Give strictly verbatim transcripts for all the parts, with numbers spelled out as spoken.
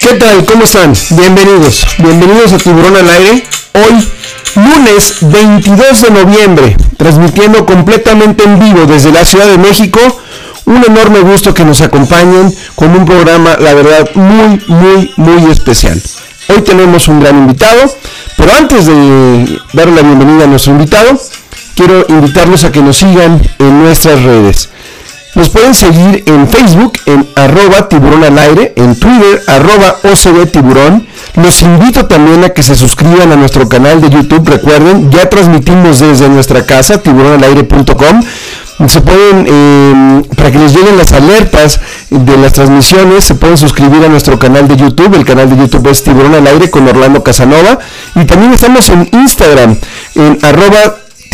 ¿Qué tal? ¿Cómo están? Bienvenidos, bienvenidos a Tiburón al Aire. Hoy, lunes veintidós de noviembre, transmitiendo completamente en vivo desde la Ciudad de México. Un enorme gusto que nos acompañen con un programa, la verdad, muy, muy, muy especial. Hoy tenemos un gran invitado, pero antes de darle la bienvenida a nuestro invitado, quiero invitarlos a que nos sigan en nuestras redes. Nos pueden seguir en Facebook, en arroba tiburón al aire, en Twitter, arroba O C B tiburón. Los invito también a que se suscriban a nuestro canal de YouTube. Recuerden, ya transmitimos desde nuestra casa, tiburón al aire punto com. Se pueden, eh, para que les lleguen las alertas de las transmisiones, se pueden suscribir a nuestro canal de YouTube. El canal de YouTube es Tiburón al Aire con Orlando Casanova. Y también estamos en Instagram, en arroba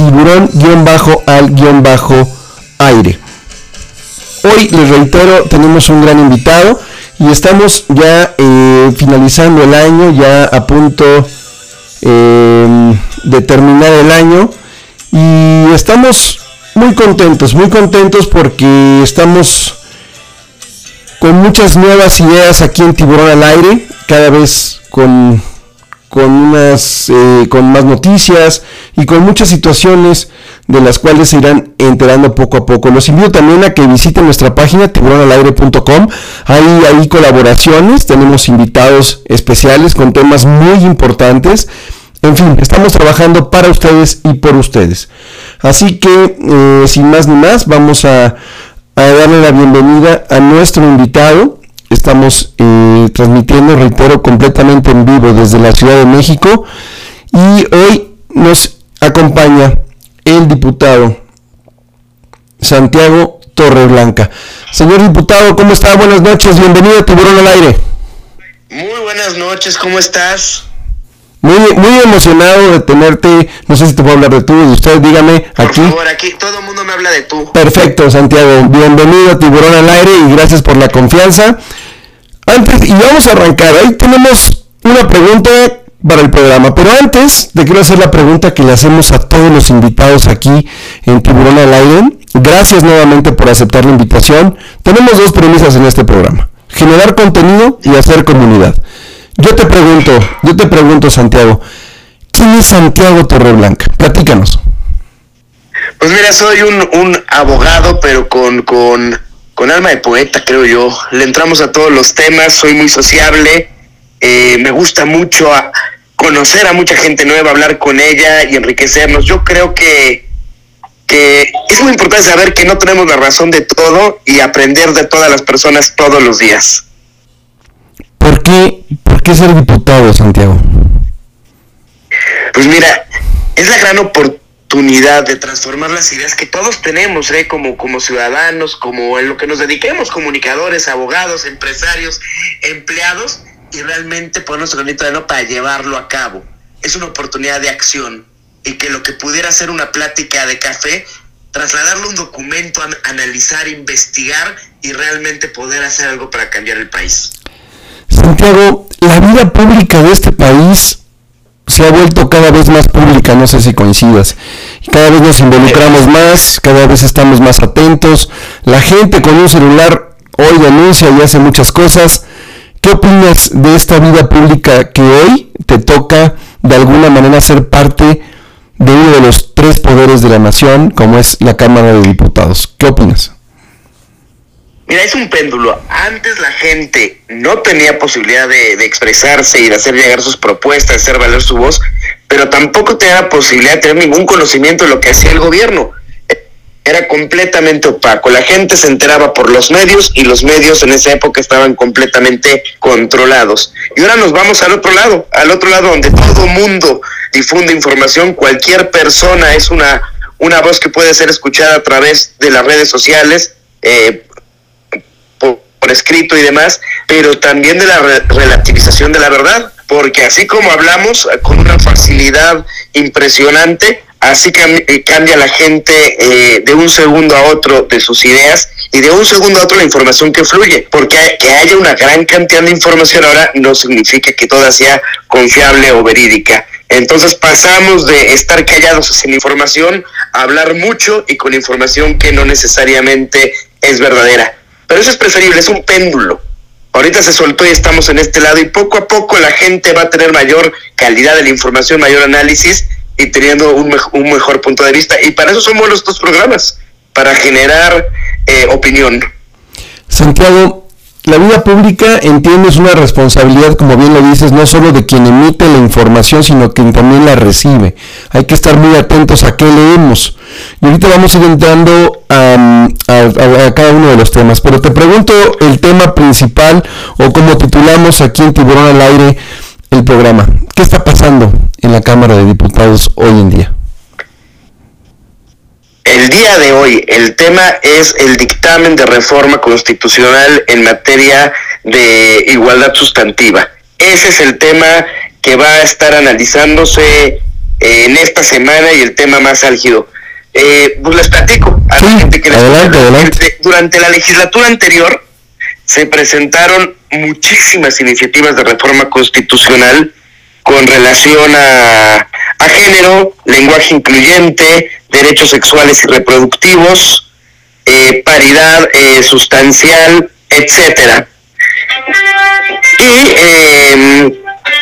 tiburón-al-aire. Hoy, les reitero, tenemos un gran invitado y estamos ya eh, finalizando el año, ya a punto eh, de terminar el año, y estamos muy contentos, muy contentos porque estamos con muchas nuevas ideas aquí en Tiburón al Aire, cada vez con, con, unas, eh, con más noticias y con muchas situaciones de las cuales se irán enterando poco a poco. Los invito también a que visiten nuestra página tiburón al aire punto com. Hay, hay colaboraciones, tenemos invitados especiales con temas muy importantes. En fin, estamos trabajando para ustedes y por ustedes. Así que, eh, sin más ni más, vamos a, a darle la bienvenida a nuestro invitado. Estamos eh, transmitiendo, reitero, completamente en vivo desde la Ciudad de México. Y hoy nos acompaña el diputado Santiago Torreblanca. Señor diputado, ¿cómo está? Buenas noches, bienvenido a Tiburón al Aire. Muy buenas noches, ¿cómo estás? Muy, muy emocionado de tenerte. No sé si te puedo hablar de tú, de usted, dígame. Aquí. Por favor, aquí todo el mundo me habla de tú. Perfecto, Santiago, bienvenido a Tiburón al Aire y gracias por la confianza. Antes, y vamos a arrancar, hoy tenemos una pregunta para el programa, pero antes te quiero hacer la pregunta que le hacemos a todos los invitados aquí en Tiburón al Aire. Gracias nuevamente por aceptar la invitación. Tenemos dos premisas en este programa: generar contenido y hacer comunidad. Yo te pregunto, yo te pregunto, Santiago, ¿quién es Santiago Torreblanca? Platícanos. Pues mira, soy un, un abogado, pero con, con, con alma de poeta, creo yo. Le entramos a todos los temas, soy muy sociable, eh, me gusta mucho a conocer a mucha gente nueva, hablar con ella y enriquecernos. Yo creo que, que es muy importante saber que no tenemos la razón de todo y aprender de todas las personas todos los días. ¿Por qué, por qué ser diputado, Santiago? Pues mira, es la gran oportunidad de transformar las ideas que todos tenemos, ¿eh? como, como ciudadanos, como en lo que nos dediquemos, comunicadores, abogados, empresarios, empleados, y realmente poner nuestro granito de arena para llevarlo a cabo. Es una oportunidad de acción, y que lo que pudiera ser una plática de café, trasladarlo a un documento, an- analizar, investigar y realmente poder hacer algo para cambiar el país. Santiago, la vida pública de este país se ha vuelto cada vez más pública, no sé si coincidas. Cada vez nos involucramos más, cada vez estamos más atentos. La gente con un celular hoy denuncia y hace muchas cosas. ¿Qué opinas de esta vida pública que hoy te toca de alguna manera ser parte de uno de los tres poderes de la nación, como es la Cámara de Diputados? ¿Qué opinas? Mira, es un péndulo. Antes la gente no tenía posibilidad de, de expresarse y de hacer llegar sus propuestas, de hacer valer su voz, pero tampoco tenía la posibilidad de tener ningún conocimiento de lo que hacía el gobierno. Era completamente opaco. La gente se enteraba por los medios y los medios en esa época estaban completamente controlados. Y ahora nos vamos al otro lado, al otro lado donde todo mundo difunde información. Cualquier persona es una, una voz que puede ser escuchada a través de las redes sociales, eh, por, por escrito y demás, pero también de la re- relativización de la verdad, porque así como hablamos con una facilidad impresionante, así cam- cambia la gente eh, de un segundo a otro de sus ideas y de un segundo a otro la información que fluye, porque que haya una gran cantidad de información ahora no significa que toda sea confiable o verídica. Entonces pasamos de estar callados sin información a hablar mucho y con información que no necesariamente es verdadera. Pero eso es preferible, es un péndulo. Ahorita se soltó y estamos en este lado, y poco a poco la gente va a tener mayor calidad de la información, mayor análisis y teniendo un, me- un mejor punto de vista. Y para eso somos los dos programas, para generar eh, opinión. Santiago, la vida pública, entiendo, es una responsabilidad, como bien lo dices, no solo de quien emite la información, sino quien también la recibe. Hay que estar muy atentos a qué leemos. Y ahorita vamos a ir entrando a, a, a cada uno de los temas. Pero te pregunto el tema principal, o como titulamos aquí en Tiburón al Aire el programa. ¿Qué está pasando en la Cámara de Diputados hoy en día? El día de hoy el tema es el dictamen de reforma constitucional en materia de igualdad sustantiva. Ese es el tema que va a estar analizándose eh, en esta semana y el tema más álgido. Eh, pues les platico a la Sí, gente que les adelante, adelante. Durante la legislatura anterior se presentaron muchísimas iniciativas de reforma constitucional con relación a, a género, lenguaje incluyente, derechos sexuales y reproductivos, eh, paridad eh, sustancial, etcétera. Y eh,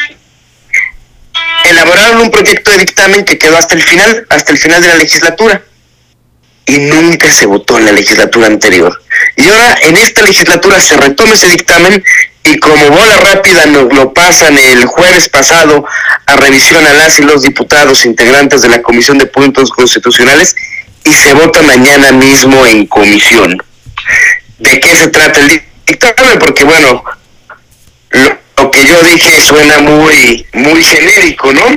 elaboraron un proyecto de dictamen que quedó hasta el final, hasta el final de la legislatura. Y nunca se votó en la legislatura anterior. Y ahora en esta legislatura se retoma ese dictamen y como bola rápida nos lo pasan el jueves pasado a revisión a las y los diputados integrantes de la Comisión de Puntos Constitucionales y se vota mañana mismo en comisión. ¿De qué se trata el dictamen? Porque bueno, lo, lo que yo dije suena muy muy genérico, ¿no?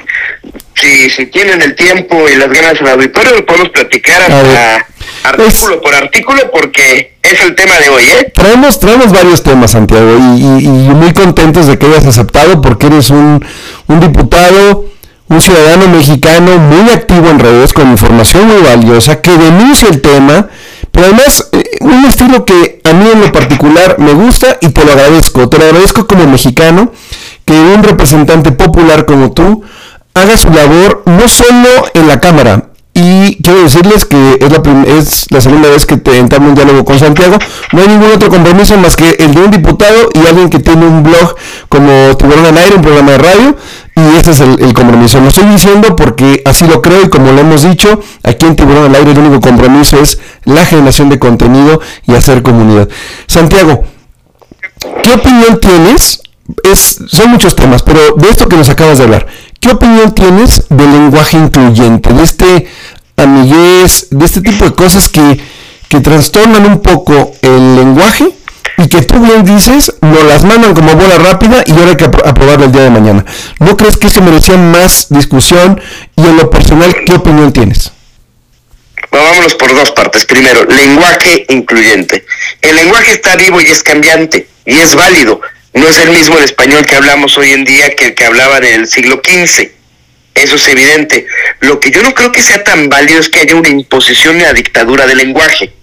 Si, si tienen el tiempo y las ganas en el auditorio, lo podemos platicar hasta artículo es, por artículo, porque es el tema de hoy, ¿eh? Traemos, traemos varios temas, Santiago, y, y, y muy contentos de que hayas aceptado, porque eres un, un diputado, un ciudadano mexicano muy activo en redes, con información muy valiosa, que denuncia el tema, pero además eh, un estilo que a mí en lo particular me gusta y te lo agradezco. Te lo agradezco como mexicano, que un representante popular como tú haga su labor no solo en la Cámara. Y quiero decirles que es la, prim- es la segunda vez que te entablo un diálogo con Santiago. No hay ningún otro compromiso más que el de un diputado y alguien que tiene un blog como Tiburón al Aire, un programa de radio. Y ese es el, el compromiso. Lo estoy diciendo porque así lo creo, y como lo hemos dicho, aquí en Tiburón al Aire el único compromiso es la generación de contenido y hacer comunidad. Santiago, ¿qué opinión tienes? Es, son muchos temas, pero de esto que nos acabas de hablar, ¿qué opinión tienes del lenguaje incluyente, de este amiguez, de este tipo de cosas que, que trastornan un poco el lenguaje y que tú bien dices, nos las mandan como bola rápida y ahora hay que apro- aprobarlo el día de mañana? ¿No crees que esto merecía más discusión? Y en lo personal, ¿qué opinión tienes? Bueno, vámonos por dos partes. Primero, lenguaje incluyente. El lenguaje está vivo y es cambiante, y es válido. No es el mismo el español que hablamos hoy en día que el que hablaban en el siglo quince. Eso es evidente. Lo que yo no creo que sea tan válido es que haya una imposición y una dictadura del lenguaje.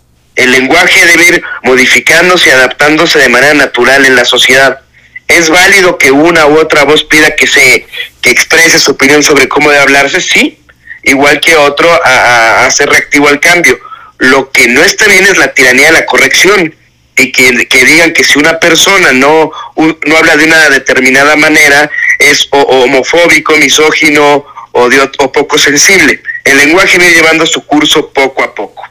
El lenguaje debe ir modificándose y adaptándose de manera natural en la sociedad. ¿Es válido que una u otra voz pida que se que exprese su opinión sobre cómo debe hablarse? Sí, igual que otro a, a, a ser reactivo al cambio. Lo que no está bien es la tiranía de la corrección. Y que, que digan que si una persona no, no habla de una determinada manera es o, o homofóbico, misógino o, de, o poco sensible. El lenguaje viene llevando su curso poco a poco.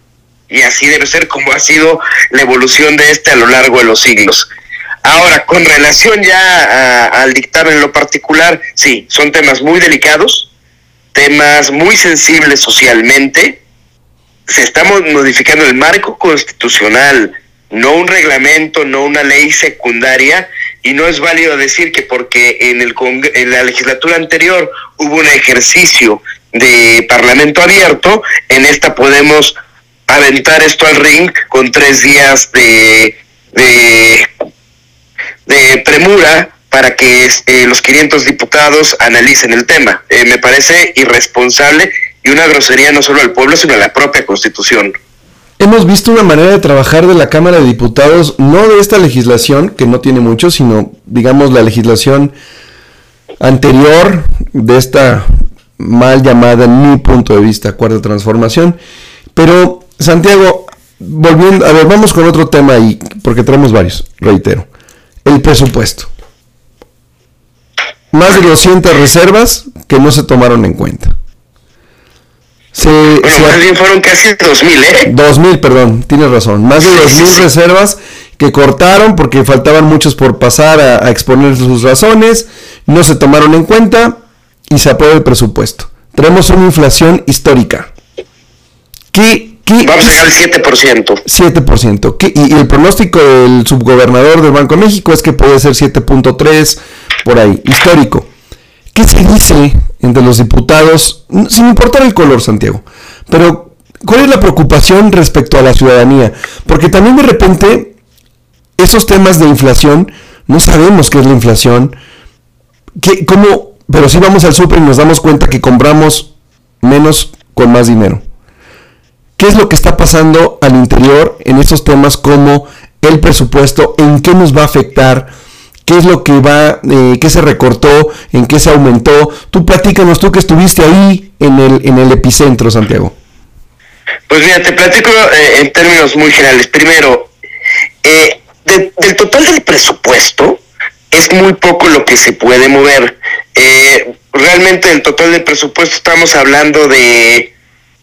Y así debe ser como ha sido la evolución de este a lo largo de los siglos. Ahora, con relación ya a, al dictamen en lo particular, sí, son temas muy delicados, temas muy sensibles socialmente. Se está modificando el marco constitucional, no un reglamento, no una ley secundaria, y no es válido decir que porque en, el Cong- en la legislatura anterior hubo un ejercicio de parlamento abierto, en esta podemos aventar esto al ring con tres días de, de, de premura para que eh, los quinientos diputados analicen el tema. Eh, me parece irresponsable y una grosería no solo al pueblo, sino a la propia Constitución. Hemos visto una manera de trabajar de la Cámara de Diputados, no de esta legislación, que no tiene mucho, sino, digamos, la legislación anterior de esta mal llamada, en mi punto de vista, cuarta transformación. Pero, Santiago, volviendo, a ver, vamos con otro tema ahí, porque traemos varios, reitero. el presupuesto. Más de doscientas reservas que no se tomaron en cuenta. Se, bueno, se, más bien fueron casi dos mil, ¿eh? dos mil, perdón, tienes razón. Más de Sí, dos mil sí, sí. reservas que cortaron porque faltaban muchos por pasar a, a exponer sus razones, no se tomaron en cuenta y se aprueba el presupuesto. Tenemos una inflación histórica. ¿Qué, qué Vamos a llegar al siete por ciento. siete por ciento. ¿Qué, y, y el pronóstico del subgobernador del Banco de México es que puede ser siete punto tres, por ahí, histórico. ¿Qué se dice entre los diputados, sin importar el color, Santiago? Pero, ¿cuál es la preocupación respecto a la ciudadanía? Porque también de repente, esos temas de inflación, no sabemos qué es la inflación, qué, cómo, pero si vamos al súper y nos damos cuenta que compramos menos con más dinero. ¿Qué es lo que está pasando al interior en esos temas como el presupuesto? ¿En qué nos va a afectar? ¿Qué es lo que va, eh, qué se recortó, en qué se aumentó? Tú platícanos, tú que estuviste ahí en el, en el epicentro, Santiago. Pues mira, te platico eh, en términos muy generales. Primero, eh, de, del total del presupuesto, es muy poco lo que se puede mover. Eh, realmente del total del presupuesto estamos hablando de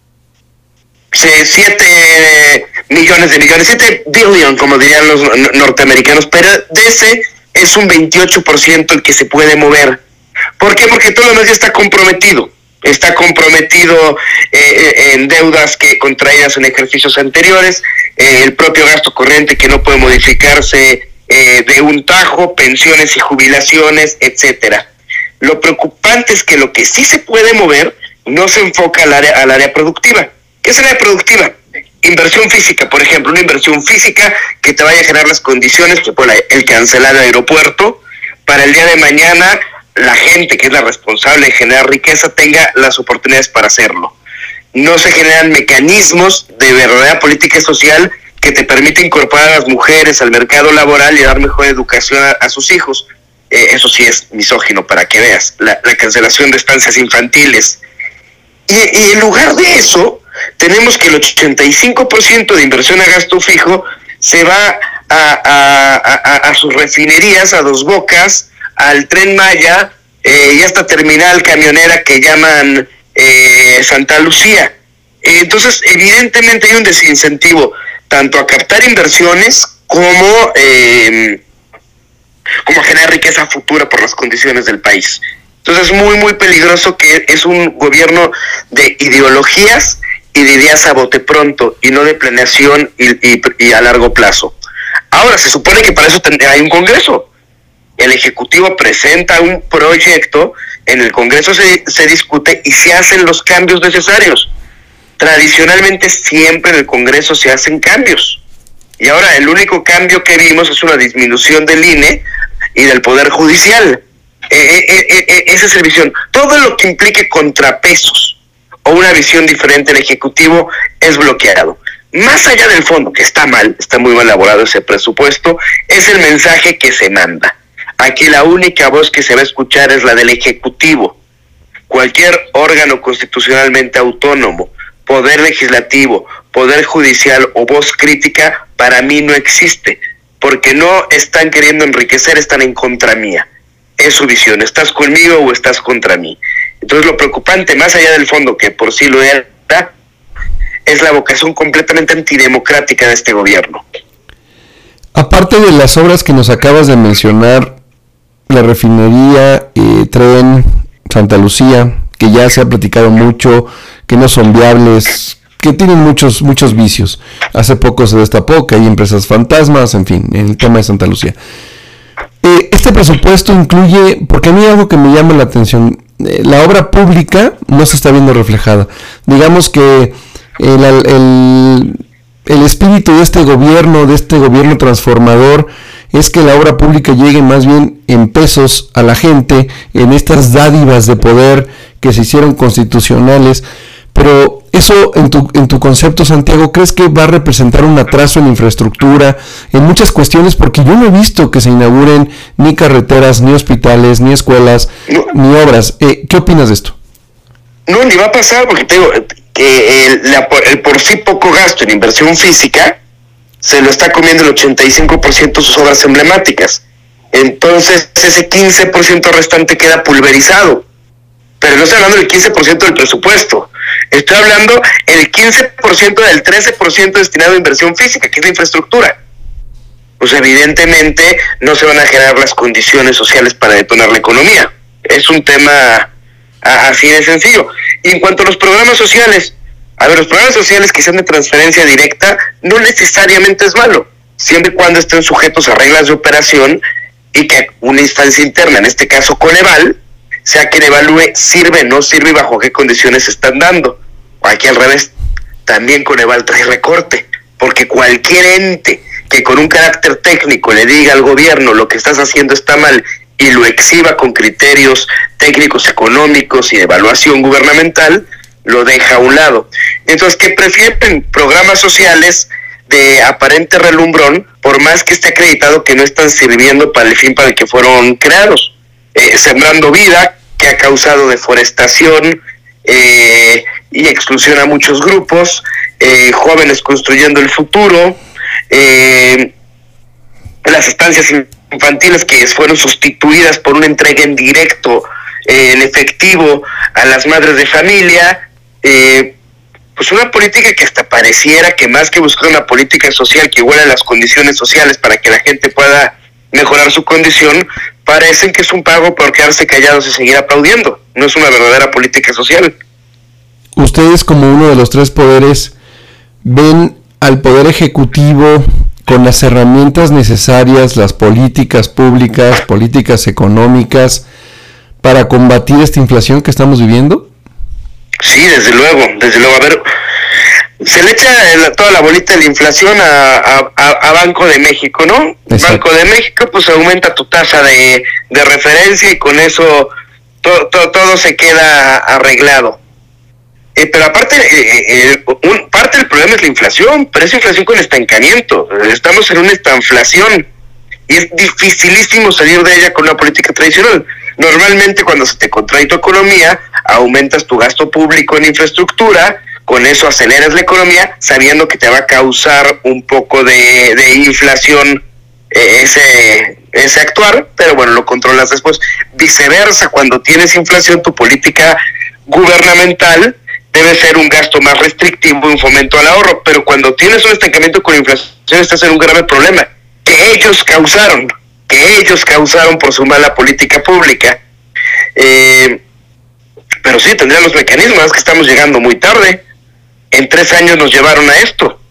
siete millones de millones, siete billion, como dirían los norteamericanos, pero de ese es un veintiocho por ciento el que se puede mover. ¿Por qué? Porque todo lo demás ya está comprometido. Está comprometido eh, en deudas que contraídas en ejercicios anteriores, eh, el propio gasto corriente que no puede modificarse eh, de un tajo, pensiones y jubilaciones, etcétera. Lo preocupante es que lo que sí se puede mover no se enfoca al área, al área productiva. ¿Qué es el área productiva? Inversión física, por ejemplo, una inversión física que te vaya a generar las condiciones, pues, bueno, el cancelar el aeropuerto, para el día de mañana la gente que es la responsable de generar riqueza tenga las oportunidades para hacerlo. No se generan mecanismos de verdadera política social que te permiten incorporar a las mujeres al mercado laboral y dar mejor educación a, a sus hijos. Eh, eso sí es misógino, para que veas. La, la cancelación de estancias infantiles. Y, y en lugar de eso, tenemos que el ochenta y cinco por ciento de inversión a gasto fijo se va a, a, a, a sus refinerías, a Dos Bocas, al Tren Maya eh, y hasta terminal camionera que llaman eh, Santa Lucía. Eh, entonces, evidentemente hay un desincentivo tanto a captar inversiones como, eh, como a generar riqueza futura por las condiciones del país. Entonces es muy, muy peligroso, que es un gobierno de ideologías y de ideas a bote pronto y no de planeación y, y, y a largo plazo. Ahora, se supone que para eso hay un Congreso. El Ejecutivo presenta un proyecto, en el Congreso se, se discute y se hacen los cambios necesarios. Tradicionalmente siempre en el Congreso se hacen cambios. Y ahora el único cambio que vimos es una disminución del I N E y del Poder Judicial. Eh, eh, eh, eh, esa es la visión. Todo lo que implique contrapesos o una visión diferente del Ejecutivo es bloqueado. Más allá del fondo, que está mal, está muy mal elaborado ese presupuesto, es el mensaje que se manda. Aquí la única voz que se va a escuchar es la del Ejecutivo. Cualquier órgano constitucionalmente autónomo, poder legislativo, poder judicial o voz crítica, para mí no existe, porque no están queriendo enriquecer, están en contra mía. Es su visión, estás conmigo o estás contra mí. Entonces lo preocupante, más allá del fondo, que por sí lo era, es la vocación completamente antidemocrática de este gobierno. Aparte de las obras que nos acabas de mencionar, la refinería, eh, tren, Santa Lucía, que ya se ha platicado mucho, que no son viables, que tienen muchos muchos vicios. Hace poco se destapó que hay empresas fantasmas, en fin, en el tema de Santa Lucía. Eh, este presupuesto incluye, porque a mí algo que me llama la atención, eh, la obra pública no se está viendo reflejada. Digamos que el, el, el espíritu de este gobierno, de este gobierno transformador, es que la obra pública llegue más bien en pesos a la gente, en estas dádivas de poder que se hicieron constitucionales. Pero eso, en tu, en tu concepto, Santiago, ¿crees que va a representar un atraso en infraestructura, en muchas cuestiones? Porque yo no he visto que se inauguren ni carreteras, ni hospitales, ni escuelas, no, ni obras. Eh, ¿Qué opinas de esto? No, ni va a pasar, porque te digo que el, la, el por sí poco gasto en inversión física se lo está comiendo el ochenta y cinco por ciento de sus obras emblemáticas. entonces ese quince por ciento restante queda pulverizado. Pero no estoy hablando del quince por ciento del presupuesto, estoy hablando el quince por ciento del trece por ciento destinado a inversión física, que es la infraestructura. Pues evidentemente no se van a generar las condiciones sociales para detonar la economía. Es un tema así de sencillo. Y en cuanto a los programas sociales, a ver, los programas sociales que sean de transferencia directa no necesariamente es malo, siempre y cuando estén sujetos a reglas de operación y que una instancia interna, en este caso Coneval, sea quien evalúe sirve, no sirve y bajo qué condiciones se están dando. Aquí al revés, también Coneval trae recorte, porque cualquier ente que con un carácter técnico le diga al gobierno lo que estás haciendo está mal y lo exhiba con criterios técnicos, económicos y de evaluación gubernamental, lo deja a un lado. Entonces, ¿qué prefieren? Programas sociales de aparente relumbrón, por más que esté acreditado que no están sirviendo para el fin para el que fueron creados. Eh, Sembrando Vida, que ha causado deforestación eh, y exclusión a muchos grupos, eh, Jóvenes Construyendo el Futuro, eh, las estancias infantiles que fueron sustituidas por una entrega en directo, eh, en efectivo, a las madres de familia, eh, pues una política que hasta pareciera que más que buscar una política social que iguale las condiciones sociales para que la gente pueda mejorar su condición, parecen que es un pago por quedarse callados y seguir aplaudiendo. No es una verdadera política social. Ustedes, como uno de los tres poderes, ven al Poder Ejecutivo con las herramientas necesarias, las políticas públicas, políticas económicas, para combatir esta inflación que estamos viviendo? Sí, desde luego, desde luego. A ver, se le echa el, toda la bolita de la inflación a, a, a Banco de México, ¿no? Exacto. Banco de México, pues aumenta tu tasa de, de referencia y con eso to, to, todo se queda arreglado. Eh, pero aparte, eh, eh, un, parte del problema es la inflación, pero es inflación con estancamiento. Estamos en una estanflación y es dificilísimo salir de ella con una política tradicional. Normalmente cuando se te contrae tu economía, aumentas tu gasto público en infraestructura, con eso aceleras la economía, sabiendo que te va a causar un poco de, de inflación eh, ese, ese actuar, pero bueno, lo controlas después. Viceversa, cuando tienes inflación, tu política gubernamental debe ser un gasto más restrictivo, un fomento al ahorro, pero cuando tienes un estancamiento con inflación, estás en un grave problema, que ellos causaron, que ellos causaron por su mala política pública. Eh, pero sí, tendrían los mecanismos, es que estamos llegando muy tarde. En tres años nos llevaron a esto.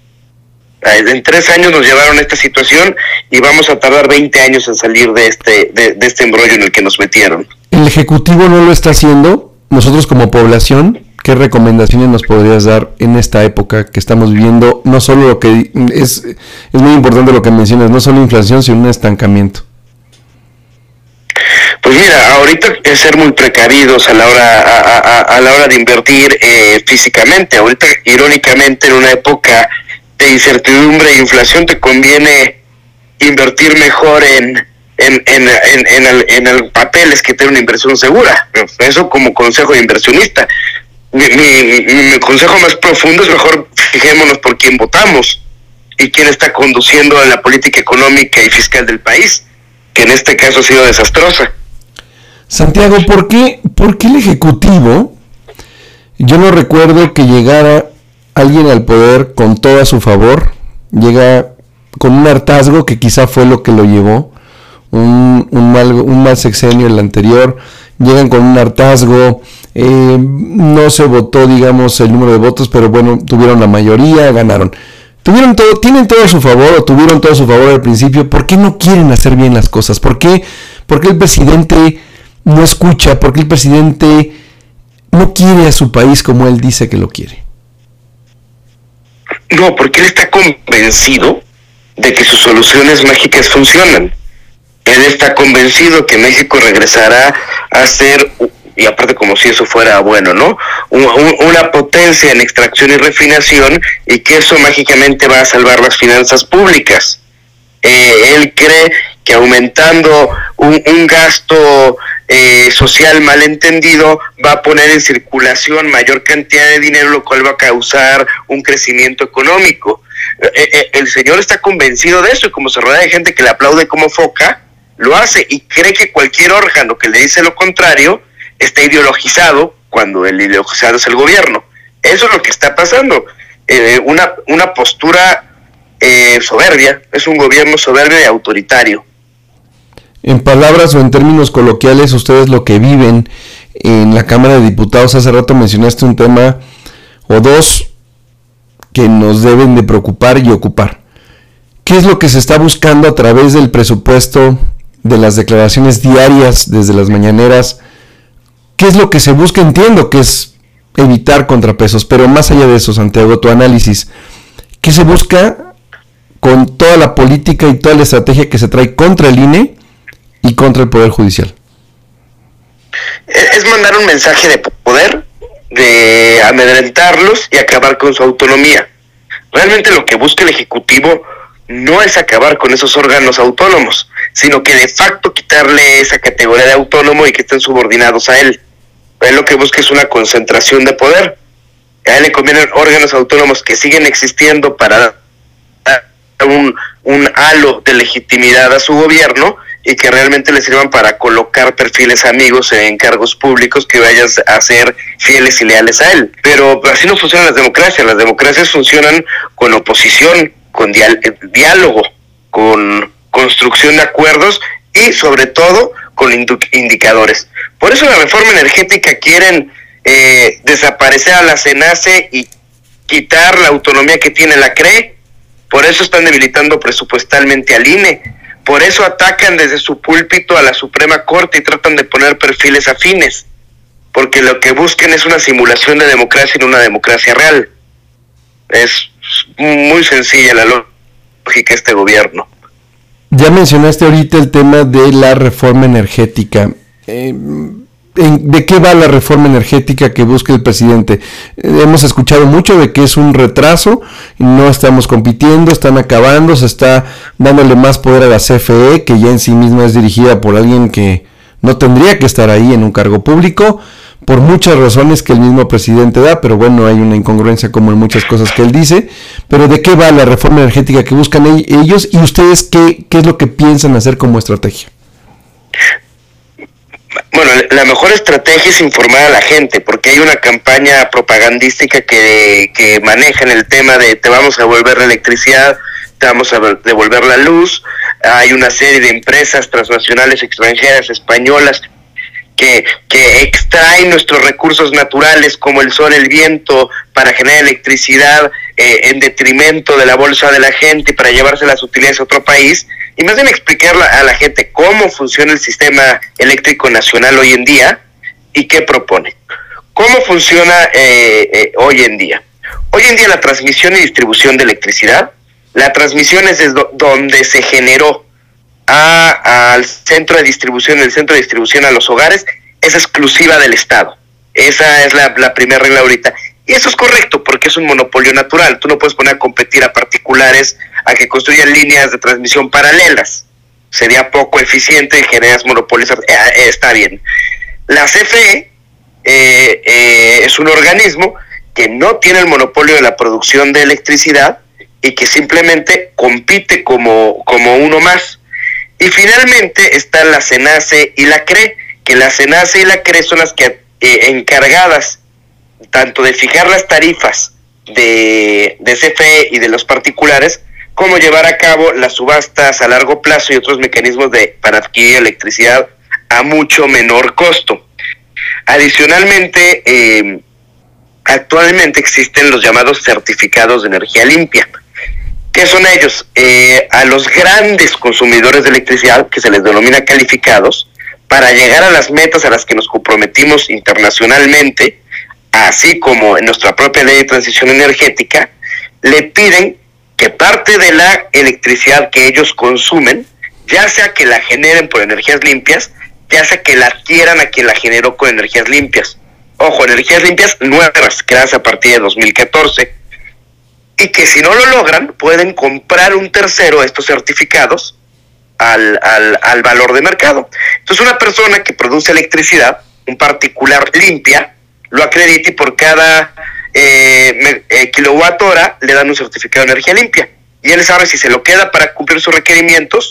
En tres años nos llevaron a esta situación y vamos a tardar veinte años en salir de este, de, de este embrollo en el que nos metieron. ¿El Ejecutivo no lo está haciendo? Nosotros como población, ¿qué recomendaciones nos podrías dar en esta época que estamos viviendo? No solo lo que es, es muy importante lo que mencionas, no solo inflación, sino un estancamiento. Pues mira, ahorita es ser muy precavidos a la hora a, a, a la hora de invertir eh, físicamente. Ahorita, irónicamente, en una época de incertidumbre e inflación, te conviene invertir mejor en en en en, en, el, en el papeles que tener una inversión segura. Eso como consejo de inversionista. Mi, mi, mi consejo más profundo es mejor fijémonos por quién votamos y quién está conduciendo la política económica y fiscal del país, que en este caso ha sido desastrosa. Santiago, ¿por qué, ¿por qué el Ejecutivo? Yo no recuerdo que llegara alguien al poder con todo a su favor, llega con un hartazgo que quizá fue lo que lo llevó, un, un, mal, un mal sexenio el anterior, llegan con un hartazgo, eh, no se votó, digamos, el número de votos, pero bueno, tuvieron la mayoría, ganaron. Tuvieron todo, tienen todo a su favor o tuvieron todo a su favor al principio. ¿Por qué no quieren hacer bien las cosas? ¿Por qué, por qué el presidente no escucha? ¿Por qué el presidente no quiere a su país como él dice que lo quiere? No, porque él está convencido de que sus soluciones mágicas funcionan. Él está convencido que México regresará a ser, y aparte como si eso fuera bueno, ¿no? Un, un, una potencia en extracción y refinación, y que eso mágicamente va a salvar las finanzas públicas. Eh, él cree que aumentando un, un gasto eh, social malentendido va a poner en circulación mayor cantidad de dinero, lo cual va a causar un crecimiento económico. Eh, eh, el señor está convencido de eso, y como se rodea de gente que le aplaude como foca, lo hace y cree que cualquier órgano que le dice lo contrario está ideologizado, cuando el ideologizado es el gobierno. Eso es lo que está pasando. Eh, una, una postura eh, soberbia, es un gobierno soberbio y autoritario. En palabras o en términos coloquiales, ustedes lo que viven en la Cámara de Diputados, hace rato mencionaste un tema o dos que nos deben de preocupar y ocupar. ¿Qué es lo que se está buscando a través del presupuesto, de las declaraciones diarias desde las mañaneras? ¿Qué es lo que se busca? Entiendo que es evitar contrapesos, pero más allá de eso, Santiago, tu análisis, ¿qué se busca con toda la política y toda la estrategia que se trae contra el I N E y contra el Poder Judicial? Es mandar un mensaje de poder, de amedrentarlos y acabar con su autonomía. Realmente lo que busca el Ejecutivo no es acabar con esos órganos autónomos, sino que de facto quitarle esa categoría de autónomo y que estén subordinados a él. Él lo que busca es una concentración de poder. A él le convienen órganos autónomos que siguen existiendo para dar un, un halo de legitimidad a su gobierno y que realmente le sirvan para colocar perfiles amigos en cargos públicos que vayan a ser fieles y leales a él. Pero así no funcionan las democracias. Las democracias funcionan con oposición, con dial- diálogo, con construcción de acuerdos y sobre todo con indu- indicadores. Por eso la reforma energética quieren eh, desaparecer a la CENACE y quitar la autonomía que tiene la CRE. Por eso están debilitando presupuestalmente al I N E. Por eso atacan desde su púlpito a la Suprema Corte y tratan de poner perfiles afines, porque lo que busquen es una simulación de democracia y no una democracia real. Es muy sencilla la lógica de este gobierno. Ya mencionaste ahorita el tema de la reforma energética. Eh, ¿De qué va la reforma energética que busca el presidente? Eh, hemos escuchado mucho de que es un retraso, no estamos compitiendo, están acabando, se está dándole más poder a la C F E, que ya en sí misma es dirigida por alguien que no tendría que estar ahí en un cargo público, por muchas razones que el mismo presidente da, pero bueno, hay una incongruencia como en muchas cosas que él dice. Pero ¿de qué va la reforma energética que buscan ellos y ustedes qué, qué es lo que piensan hacer como estrategia? Bueno, la mejor estrategia es informar a la gente, porque hay una campaña propagandística que, que manejan el tema de te vamos a devolver la electricidad, te vamos a devolver la luz. Hay una serie de empresas transnacionales extranjeras, españolas, que, que extraen nuestros recursos naturales como el sol, el viento, para generar electricidad eh, en detrimento de la bolsa de la gente y para llevarse las utilidades a otro país. Y más bien explicar a la gente cómo funciona el sistema eléctrico nacional hoy en día y qué propone. ¿Cómo funciona eh, eh, hoy en día? Hoy en día la transmisión y distribución de electricidad, la transmisión es desde donde se generó a, al centro de distribución, el centro de distribución a los hogares, es exclusiva del Estado. Esa es la, la primera regla ahorita. Y eso es correcto porque es un monopolio natural. Tú no puedes poner a competir a particulares a que construyan líneas de transmisión paralelas. Sería poco eficiente y generas monopolios. Eh, eh, está bien. La C F E eh, eh, es un organismo que no tiene el monopolio de la producción de electricidad y que simplemente compite como, como uno más. Y finalmente está la CENACE y la CRE, que la CENACE y la CRE son las que eh, encargadas tanto de fijar las tarifas de, de C F E y de los particulares, como llevar a cabo las subastas a largo plazo y otros mecanismos de para adquirir electricidad a mucho menor costo. Adicionalmente, eh, actualmente existen los llamados certificados de energía limpia. ¿Qué son ellos? Eh, a los grandes consumidores de electricidad, que se les denomina calificados, para llegar a las metas a las que nos comprometimos internacionalmente, así como en nuestra propia ley de transición energética, le piden que parte de la electricidad que ellos consumen, ya sea que la generen por energías limpias, ya sea que la adquieran a quien la generó con energías limpias. Ojo, energías limpias nuevas, creadas a partir de dos mil catorce, y que si no lo logran, pueden comprar un tercero estos certificados al, al, al valor de mercado. Entonces una persona que produce electricidad, un particular limpia, lo acredita y por cada eh, eh, kilowatt hora le dan un certificado de energía limpia. Y él sabe si se lo queda para cumplir sus requerimientos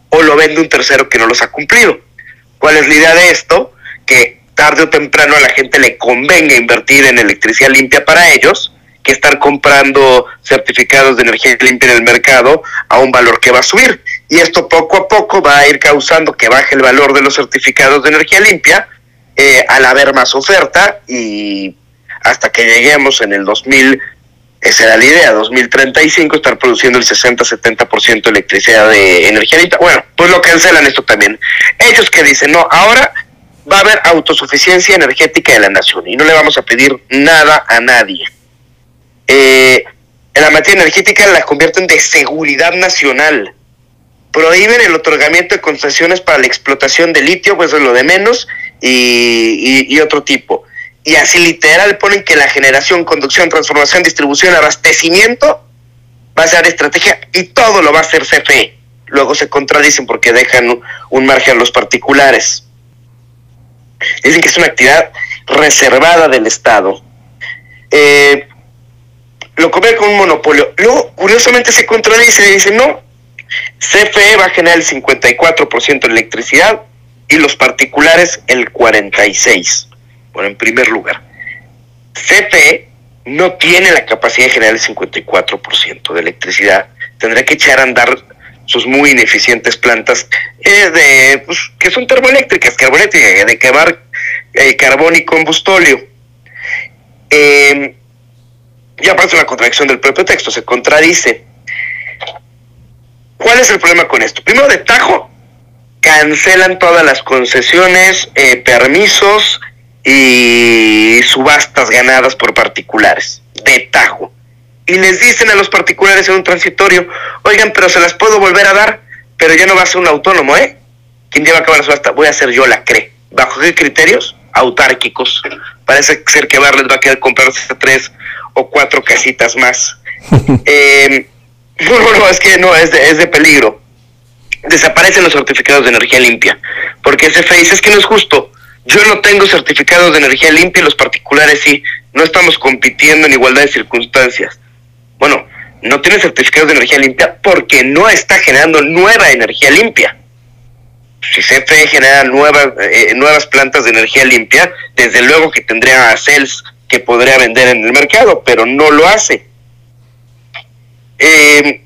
o lo vende un tercero que no los ha cumplido. ¿Cuál es la idea de esto? Que tarde o temprano a la gente le convenga invertir en electricidad limpia para ellos, que estar comprando certificados de energía limpia en el mercado a un valor que va a subir. Y esto poco a poco va a ir causando que baje el valor de los certificados de energía limpia eh, al haber más oferta, y hasta que lleguemos en el dos mil, esa era la idea, dos mil treinta y cinco, estar produciendo el sesenta a setenta por ciento de electricidad de energía limpia. Bueno, pues lo cancelan esto también. Ellos que dicen, no, ahora va a haber autosuficiencia energética de la nación y no le vamos a pedir nada a nadie. Eh, en la materia energética la convierten de seguridad nacional. Prohíben el otorgamiento de concesiones para la explotación de litio, pues es lo de menos, y, y, y otro tipo. Y así literal ponen que la generación, conducción, transformación, distribución, abastecimiento va a ser estrategia y todo lo va a hacer C F E. Luego se contradicen porque dejan un, un margen a los particulares. Dicen que es una actividad reservada del Estado. Eh, lo convierte con un monopolio. Luego, curiosamente, se contradice y dice, no, C F E va a generar el cincuenta y cuatro por ciento de electricidad y los particulares el cuarenta y seis por ciento. Bueno, en primer lugar, C F E no tiene la capacidad de generar el cincuenta y cuatro por ciento de electricidad. Tendrá que echar a andar sus muy ineficientes plantas eh, de pues, que son termoeléctricas, carbonéticas, de quemar eh, carbón y combustóleo. Eh, ya aparece una contradicción del propio texto, se contradice. ¿Cuál es el problema con esto? Primero, de tajo, cancelan todas las concesiones, eh, permisos y subastas ganadas por particulares, de tajo. Y les dicen a los particulares en un transitorio, oigan, pero se las puedo volver a dar, pero ya no va a ser un autónomo, ¿eh? ¿Quién lleva a cabo la subasta? Voy a ser yo la C R E. ¿Bajo qué criterios? Autárquicos. Parece ser que Barlet va a querer comprarse tres o cuatro casitas más. eh, no, no, es que no, es de, es de peligro. Desaparecen los certificados de energía limpia, porque C F E dice, es que no es justo. Yo no tengo certificados de energía limpia y los particulares sí. No estamos compitiendo en igualdad de circunstancias. Bueno, no tiene certificados de energía limpia porque no está generando nueva energía limpia. Si C F E genera nuevas, eh, nuevas plantas de energía limpia, desde luego que tendría a Cels que podría vender en el mercado, pero no lo hace. Eh,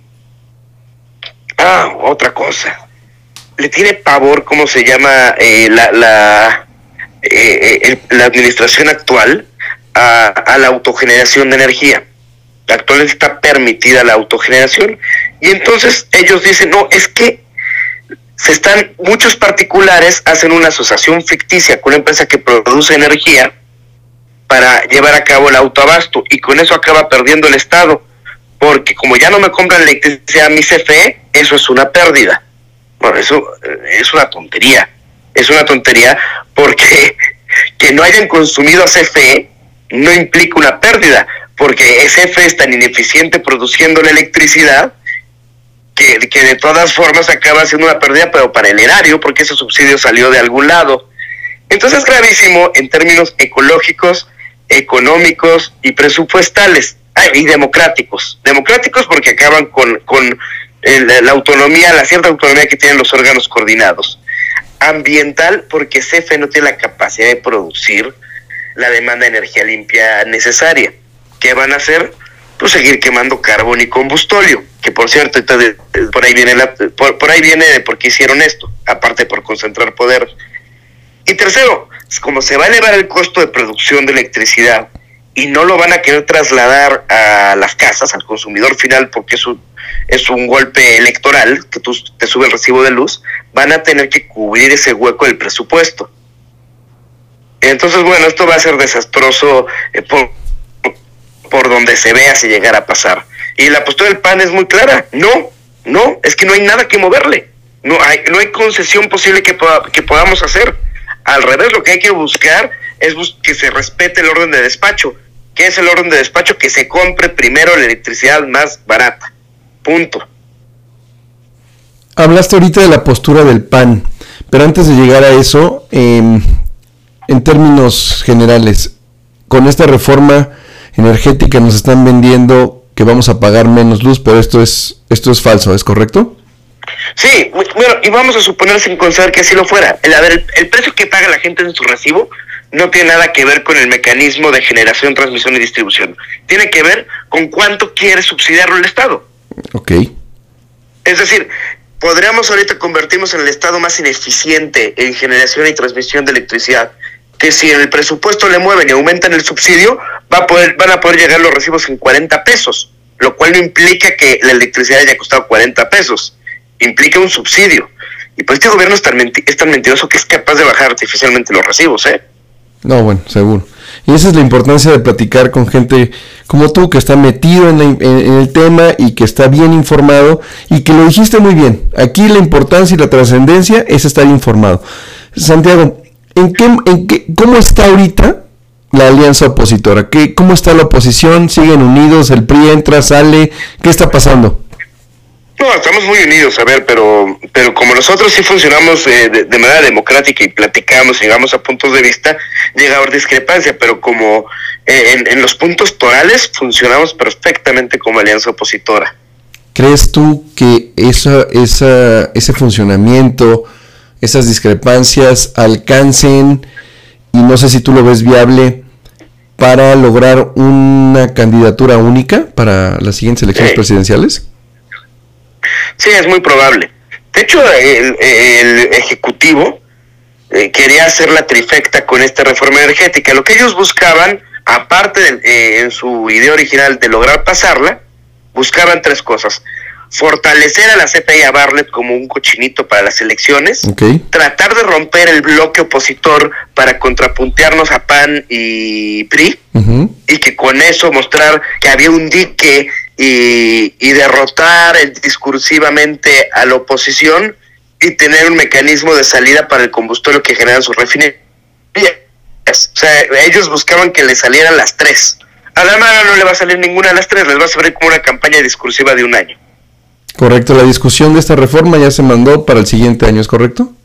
ah, otra cosa. Le tiene pavor, ¿cómo se llama? Eh, la, la, eh, eh, la administración actual a, a la autogeneración de energía. Actualmente está permitida la autogeneración y entonces ellos dicen, no, es que se están, muchos particulares hacen una asociación ficticia con una empresa que produce energía para llevar a cabo el autoabasto y con eso acaba perdiendo el Estado, porque como ya no me compran electricidad a mi C F E, eso es una pérdida. Bueno, eso es una tontería, es una tontería porque que no hayan consumido a C F E no implica una pérdida, porque C F E es tan ineficiente produciendo la electricidad que, que de todas formas acaba siendo una pérdida, pero para el erario, porque ese subsidio salió de algún lado. Entonces es gravísimo en términos ecológicos, económicos y presupuestales, ah, y democráticos. Democráticos porque acaban con, con el, la autonomía, la cierta autonomía que tienen los órganos coordinados. Ambiental porque C F E no tiene la capacidad de producir la demanda de energía limpia necesaria. ¿Qué van a hacer? Pues seguir quemando carbón y combustóleo, que por cierto, entonces, por ahí viene la, por, por ahí viene de por qué hicieron esto, aparte por concentrar poder. Y tercero, como se va a elevar el costo de producción de electricidad y no lo van a querer trasladar a las casas, al consumidor final, porque es un, es un golpe electoral, que tú te sube el recibo de luz, van a tener que cubrir ese hueco del presupuesto. Entonces, bueno, esto va a ser desastroso eh, por, por donde se vea si llegara a pasar. Y la postura del P A N es muy clara. No, no, es que no hay nada que moverle. No hay, no hay concesión posible que, poda, que podamos hacer. Al revés, lo que hay que buscar es bus- que se respete el orden de despacho. ¿Qué es el orden de despacho? Que se compre primero la electricidad más barata. Punto. Hablaste ahorita de la postura del P A N, pero antes de llegar a eso, eh, en términos generales, con esta reforma energética nos están vendiendo que vamos a pagar menos luz, pero esto es esto es falso, ¿es correcto? Sí, bueno, y vamos a suponer sin considerar que así lo fuera. El, a ver, el, el precio que paga la gente en su recibo no tiene nada que ver con el mecanismo de generación, transmisión y distribución. Tiene que ver con cuánto quiere subsidiarlo el Estado. Ok. Es decir, podríamos ahorita convertirnos en el Estado más ineficiente en generación y transmisión de electricidad, que si en el presupuesto le mueven y aumentan el subsidio, va a poder, van a poder llegar los recibos en cuarenta pesos, lo cual no implica que la electricidad haya costado cuarenta pesos, implica un subsidio. Y pues este gobierno es tan, menti- es tan mentiroso que es capaz de bajar artificialmente los recibos, ¿eh? No, bueno, seguro. Y esa es la importancia de platicar con gente como tú, que está metido en, la, en, en el tema y que está bien informado, y que lo dijiste muy bien. Aquí la importancia y la trascendencia es estar informado. Santiago, ¿en qué, en qué, ¿cómo está ahorita la alianza opositora? ¿Qué, ¿Cómo está la oposición? ¿Siguen unidos? ¿El P R I entra, sale? ¿Qué está pasando? No, estamos muy unidos, a ver, pero pero como nosotros sí funcionamos eh, de, de manera democrática y platicamos, llegamos a puntos de vista, llega a haber discrepancia, pero como eh, en, en los puntos torales funcionamos perfectamente como alianza opositora. ¿Crees tú que esa, esa, ese funcionamiento, esas discrepancias alcancen, y no sé si tú lo ves viable, para lograr una candidatura única para las siguientes elecciones sí. presidenciales? Sí, es muy probable. De hecho, el, el Ejecutivo eh, quería hacer la trifecta con esta reforma energética. Lo que ellos buscaban, aparte de, eh, en su idea original de lograr pasarla, buscaban tres cosas. Fortalecer a la C P I a Bartlett como un cochinito para las elecciones, okay. Tratar de romper el bloque opositor para contrapuntearnos a P A N y P R I, uh-huh. Y que con eso mostrar que había un dique y, y derrotar discursivamente a la oposición y tener un mecanismo de salida para el combustible que generan sus refinerías. O sea, ellos buscaban que le salieran las tres. A la mano no le va a salir ninguna de las tres, les va a salir como una campaña discursiva de un año. Correcto, la discusión de esta reforma ya se mandó para el siguiente año, ¿es correcto?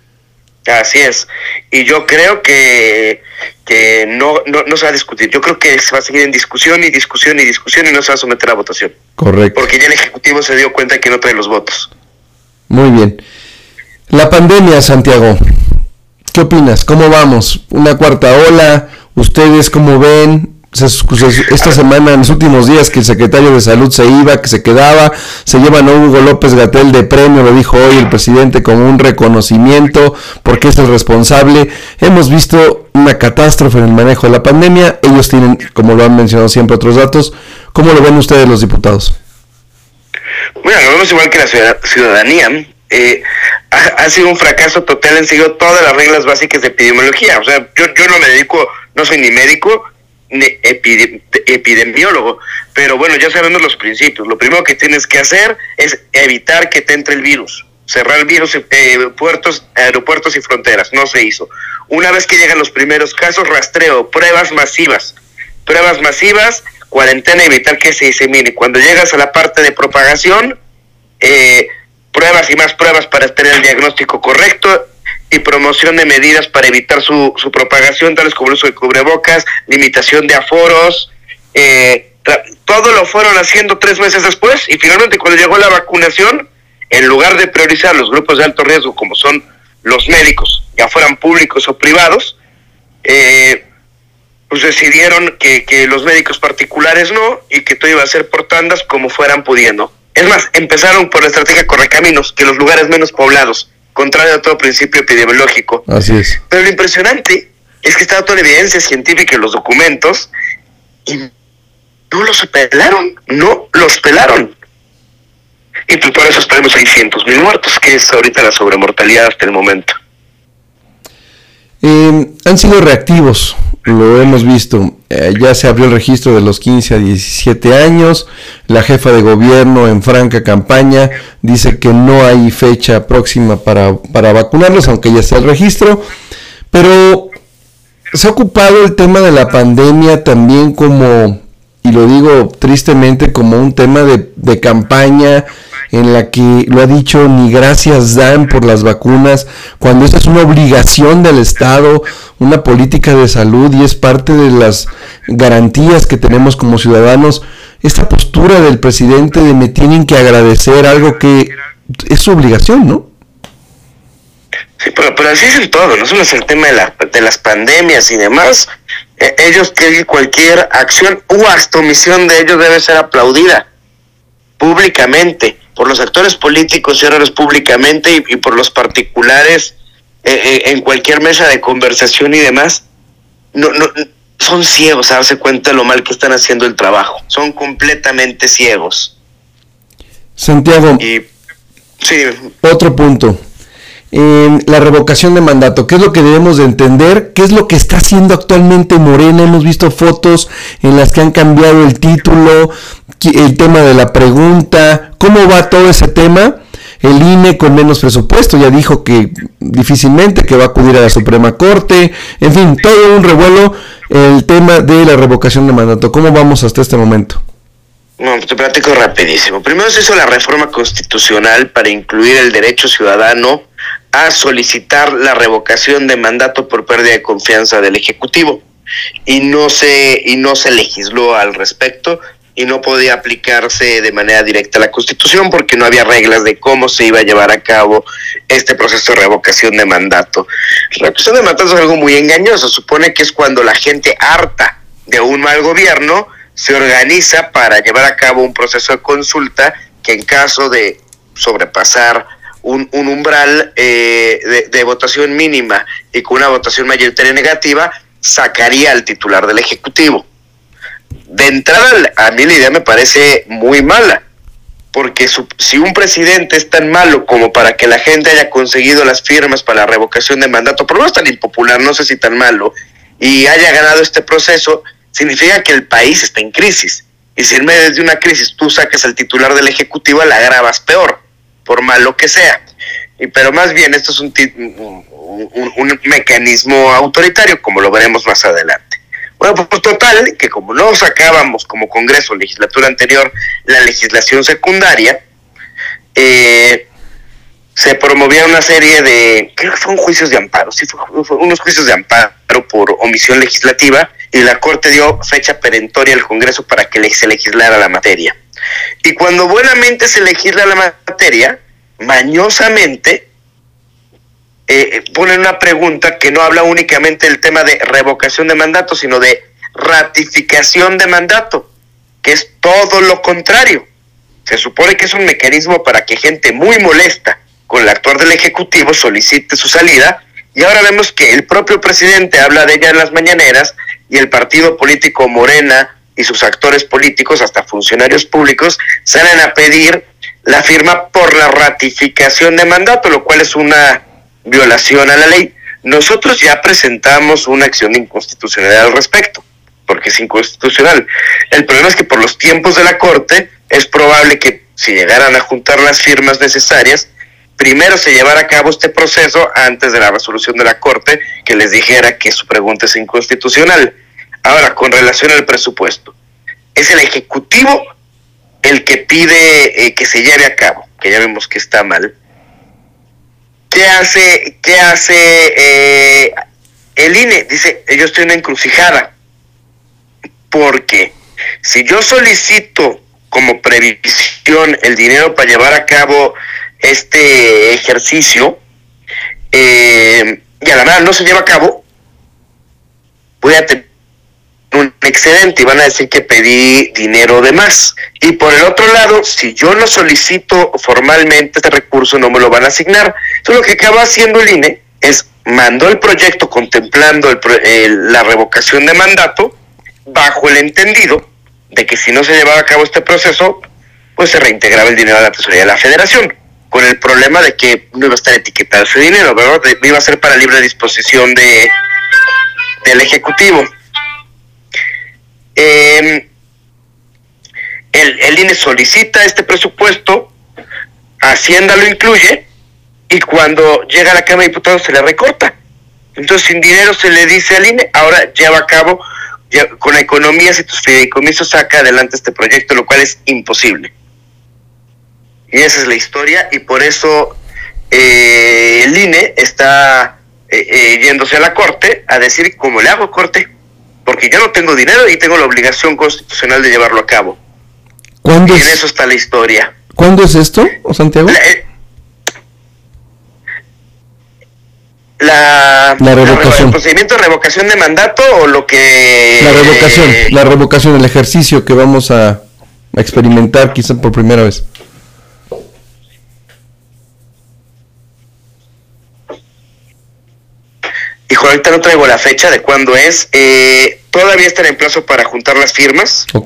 Así es, y yo creo que que no, no, no se va a discutir, yo creo que se va a seguir en discusión y discusión y discusión y no se va a someter a votación. Correcto. Porque ya el Ejecutivo se dio cuenta que no trae los votos. Muy bien. La pandemia, Santiago, ¿qué opinas? ¿Cómo vamos? ¿Una cuarta ola? ¿Ustedes cómo ven? Esta semana, en los últimos días, que el secretario de Salud se iba, que se quedaba, se llevan a Hugo López-Gatell de premio, lo dijo hoy el presidente, como un reconocimiento, porque es el responsable. Hemos visto una catástrofe en el manejo de la pandemia. Ellos tienen, como lo han mencionado siempre, otros datos. ¿Cómo lo ven ustedes, los diputados? Bueno, lo vemos igual que la ciudadanía. Eh, ha, ha sido un fracaso total en seguir todas las reglas básicas de epidemiología. O sea, yo, yo no me dedico, no soy ni médico, Epidem- epidemiólogo, pero bueno, ya sabemos los principios. Lo primero que tienes que hacer es evitar que te entre el virus, cerrar el virus, eh, puertos, aeropuertos y fronteras. No se hizo. Una vez que llegan los primeros casos, rastreo, pruebas masivas, pruebas masivas, cuarentena, evitar que se disemine. Cuando llegas a la parte de propagación, eh, pruebas y más pruebas para tener el diagnóstico correcto, y promoción de medidas para evitar su, su propagación, tales como el uso de cubrebocas, limitación de aforos, eh, tra- todo lo fueron haciendo tres meses después, y finalmente cuando llegó la vacunación, en lugar de priorizar los grupos de alto riesgo, como son los médicos, ya fueran públicos o privados, eh, pues decidieron que, que los médicos particulares no, y que todo iba a ser por tandas como fueran pudiendo. Es más, empezaron por la estrategia Correcaminos, que los lugares menos poblados, contrario a todo principio epidemiológico. Así es. Pero lo impresionante es que estaba toda la evidencia científica y los documentos y no los pelaron, no los pelaron. Y pues por eso esperemos seiscientos mil muertos, que es ahorita la sobremortalidad hasta el momento. Eh, han sido reactivos, lo hemos visto. Eh, ya se abrió el registro de los quince a diecisiete años. La jefa de gobierno, en franca campaña, dice que no hay fecha próxima para, para vacunarlos, aunque ya está el registro. Pero se ha ocupado el tema de la pandemia también como, y lo digo tristemente, como un tema de, de campaña, en la que lo ha dicho, ni gracias dan por las vacunas, cuando esta es una obligación del Estado, una política de salud, y es parte de las garantías que tenemos como ciudadanos. Esta postura del presidente de me tienen que agradecer, algo que es su obligación, ¿no? Sí, pero, pero así es en todo, no solo es el tema de, la, de las pandemias y demás. Eh, ellos que cualquier acción o hasta omisión de ellos debe ser aplaudida públicamente por los actores políticos y errores públicamente y, y por los particulares eh, eh, en cualquier mesa de conversación y demás. No, no, son ciegos a darse cuenta de lo mal que están haciendo el trabajo. Son completamente ciegos. Santiago, y, sí. Otro punto. Eh, la revocación de mandato, ¿qué es lo que debemos de entender? ¿Qué es lo que está haciendo actualmente Morena? Hemos visto fotos en las que han cambiado el título, el tema de la pregunta, ¿cómo va todo ese tema? El I N E con menos presupuesto ya dijo que difícilmente que va a acudir a la Suprema Corte, en fin, todo un revuelo el tema de la revocación de mandato. ¿Cómo vamos hasta este momento? No, te platico rapidísimo. Primero se hizo la reforma constitucional para incluir el derecho ciudadano a solicitar la revocación de mandato por pérdida de confianza del Ejecutivo y no se y no se legisló al respecto y no podía aplicarse de manera directa a la Constitución porque no había reglas de cómo se iba a llevar a cabo este proceso de revocación de mandato. La revocación de mandato es algo muy engañoso, supone que es cuando la gente harta de un mal gobierno se organiza para llevar a cabo un proceso de consulta que en caso de sobrepasar un, un umbral eh, de, de votación mínima y con una votación mayoritaria negativa, sacaría al titular del Ejecutivo. De entrada, a mí la idea me parece muy mala, porque su, si un presidente es tan malo como para que la gente haya conseguido las firmas para la revocación de mandato, por lo menos tan impopular, no sé si tan malo, y haya ganado este proceso, significa que el país está en crisis. Y si en medio de una crisis tú sacas al titular del Ejecutivo, la agravas peor, por malo que sea. Y, pero más bien esto es un, un, un, un mecanismo autoritario, como lo veremos más adelante. Bueno, pues total, que como no sacábamos como Congreso, legislatura anterior, la legislación secundaria, eh, se promovía una serie de, creo que fueron juicios de amparo, sí, fue, fue unos juicios de amparo por omisión legislativa, y la Corte dio fecha perentoria al Congreso para que se legislara la materia. Y cuando buenamente se legisla la materia, mañosamente eh, ponen una pregunta que no habla únicamente del tema de revocación de mandato, sino de ratificación de mandato, que es todo lo contrario. Se supone que es un mecanismo para que gente muy molesta con el actuar del Ejecutivo solicite su salida, y ahora vemos que el propio presidente habla de ella en las mañaneras, y el partido político Morena y sus actores políticos, hasta funcionarios públicos, salen a pedir la firma por la ratificación de mandato, lo cual es una violación a la ley. Nosotros ya presentamos una acción de inconstitucionalidad al respecto, porque es inconstitucional. El problema es que por los tiempos de la Corte, es probable que si llegaran a juntar las firmas necesarias, primero se llevara a cabo este proceso antes de la resolución de la Corte que les dijera que su pregunta es inconstitucional. Ahora, con relación al presupuesto, es el Ejecutivo el que pide eh, que se lleve a cabo, que ya vemos que está mal. ¿Qué hace, qué hace eh, el I N E? Dice, yo estoy en una encrucijada, porque si yo solicito como previsión el dinero para llevar a cabo este ejercicio, eh, y a la verdad no se lleva a cabo, voy a tener un excedente y van a decir que pedí dinero de más. Y por el otro lado, si yo no solicito formalmente este recurso, no me lo van a asignar. Entonces lo que acaba haciendo el I N E es mandó el proyecto contemplando el, el, la revocación de mandato, bajo el entendido de que si no se llevaba a cabo este proceso, pues se reintegraba el dinero a la tesorería de la Federación, con el problema de que no iba a estar etiquetado ese dinero, ¿verdad? Iba a ser para libre disposición de del Ejecutivo. Eh, el, el I N E solicita este presupuesto, Hacienda lo incluye, y cuando llega a la Cámara de Diputados se le recorta. Entonces sin dinero se le dice al I N E, ahora lleva a cabo, ya, con economías y tus fideicomisos saca adelante este proyecto, lo cual es imposible. Y esa es la historia, y por eso eh, el I N E está eh, eh, yéndose a la Corte a decir, ¿cómo le hago, Corte? Porque yo no tengo dinero y tengo la obligación constitucional de llevarlo a cabo. Y en es, eso está la historia. ¿Cuándo es esto, Santiago? La, la, la revocación. La, el procedimiento de revocación de mandato o lo que... La revocación, eh, la revocación, el ejercicio que vamos a, a experimentar quizá por primera vez. Hijo, ahorita no traigo la fecha de cuándo es. Eh, todavía están en plazo para juntar las firmas. Ok.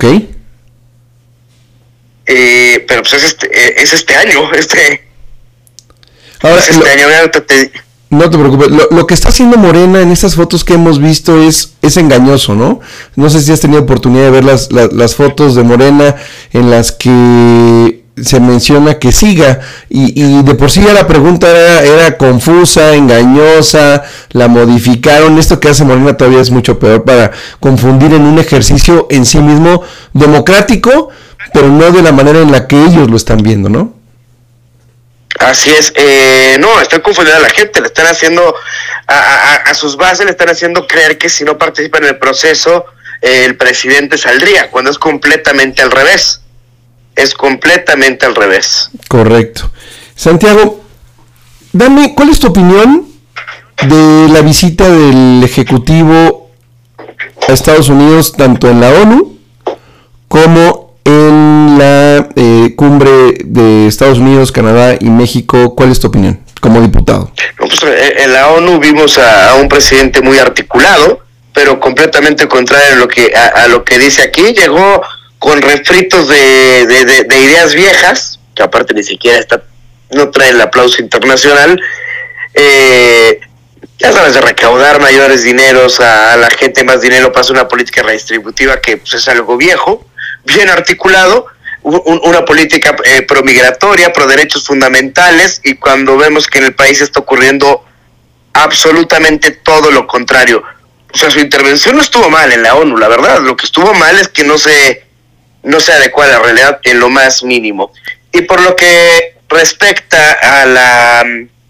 Eh, pero pues es este, es este año, este... Ahora, es este lo, año, ya te... No te preocupes, lo, lo que está haciendo Morena en estas fotos que hemos visto es, es engañoso, ¿no? No sé si has tenido oportunidad de ver las, las, las fotos de Morena en las que se menciona que siga, y, y de por sí ya la pregunta era, era confusa, engañosa, la modificaron. Esto que hace Morena todavía es mucho peor, para confundir en un ejercicio en sí mismo democrático, pero no de la manera en la que ellos lo están viendo, ¿no? Así es, eh, no, están confundiendo a la gente, le están haciendo, a, a, a sus bases le están haciendo creer que si no participa en el proceso, eh, el presidente saldría, cuando es completamente al revés, es completamente al revés. Correcto. Santiago, dame, ¿cuál es tu opinión de la visita del Ejecutivo a Estados Unidos, tanto en la ONU como en la eh, cumbre de Estados Unidos, Canadá y México? ¿Cuál es tu opinión como diputado? No, pues, en la ONU vimos a, a un presidente muy articulado, pero completamente contrario a lo que a, a lo que dice aquí. Llegó con refritos de, de, de, de ideas viejas, que aparte ni siquiera está, no trae el aplauso internacional. Eh, ya sabes, de recaudar mayores dineros a, a la gente, más dinero, pasa una política redistributiva que pues, es algo viejo, bien articulado, un, una política eh, promigratoria, pro derechos fundamentales, y cuando vemos que en el país está ocurriendo absolutamente todo lo contrario. O sea, su intervención no estuvo mal en la ONU, la verdad. Lo que estuvo mal es que no se, no se adecua a la realidad en lo más mínimo. Y por lo que respecta a la,